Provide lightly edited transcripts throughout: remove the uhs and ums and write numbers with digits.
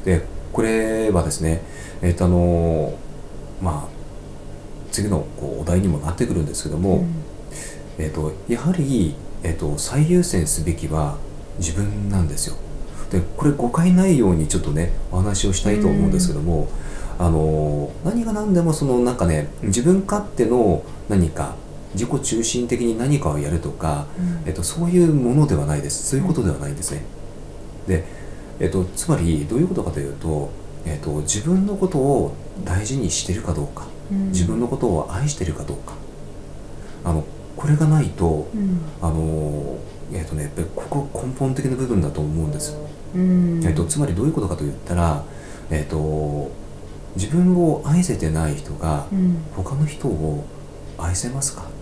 でこれはですね、まあ次のお題にもなってくるんですけども、やはり、最優先すべきは自分なんですよ。でこれ誤解ないようにちょっとねお話をしたいと思うんですけども、何が何でもなんかね、自分勝手の何か自己中心的に何かをやるとか、そういうものではないです。そういうことではないんですね。で、つまりどういうことかというと、自分のことを大事にしているかどうか、自分のことを愛しているかどうか、これがないと、やっぱりここ根本的な部分だと思うんです。つまりどういうことかといったら、自分を愛せてない人が他の人を愛せますか？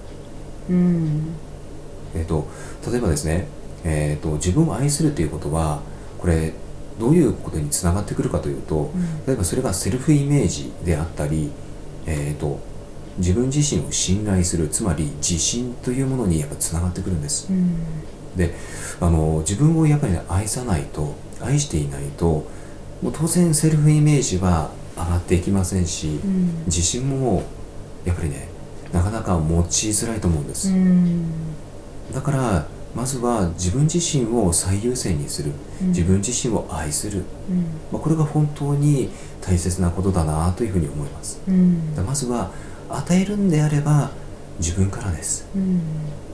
例えばですね、自分を愛するということはこれどういうことにつながってくるかというと、例えばそれがセルフイメージであったり、自分自身を信頼する、つまり自信というものにやっぱつながってくるんです。で自分をやっぱり、ね、愛さないと、愛していないと、もう当然セルフイメージは上がっていきませんし、自信もやっぱりねなかなか持ちづらいと思うんです。だからまずは自分自身を最優先にする、自分自身を愛する、これが本当に大切なことだなというふうに思います。まずは与えるんであれば自分からです。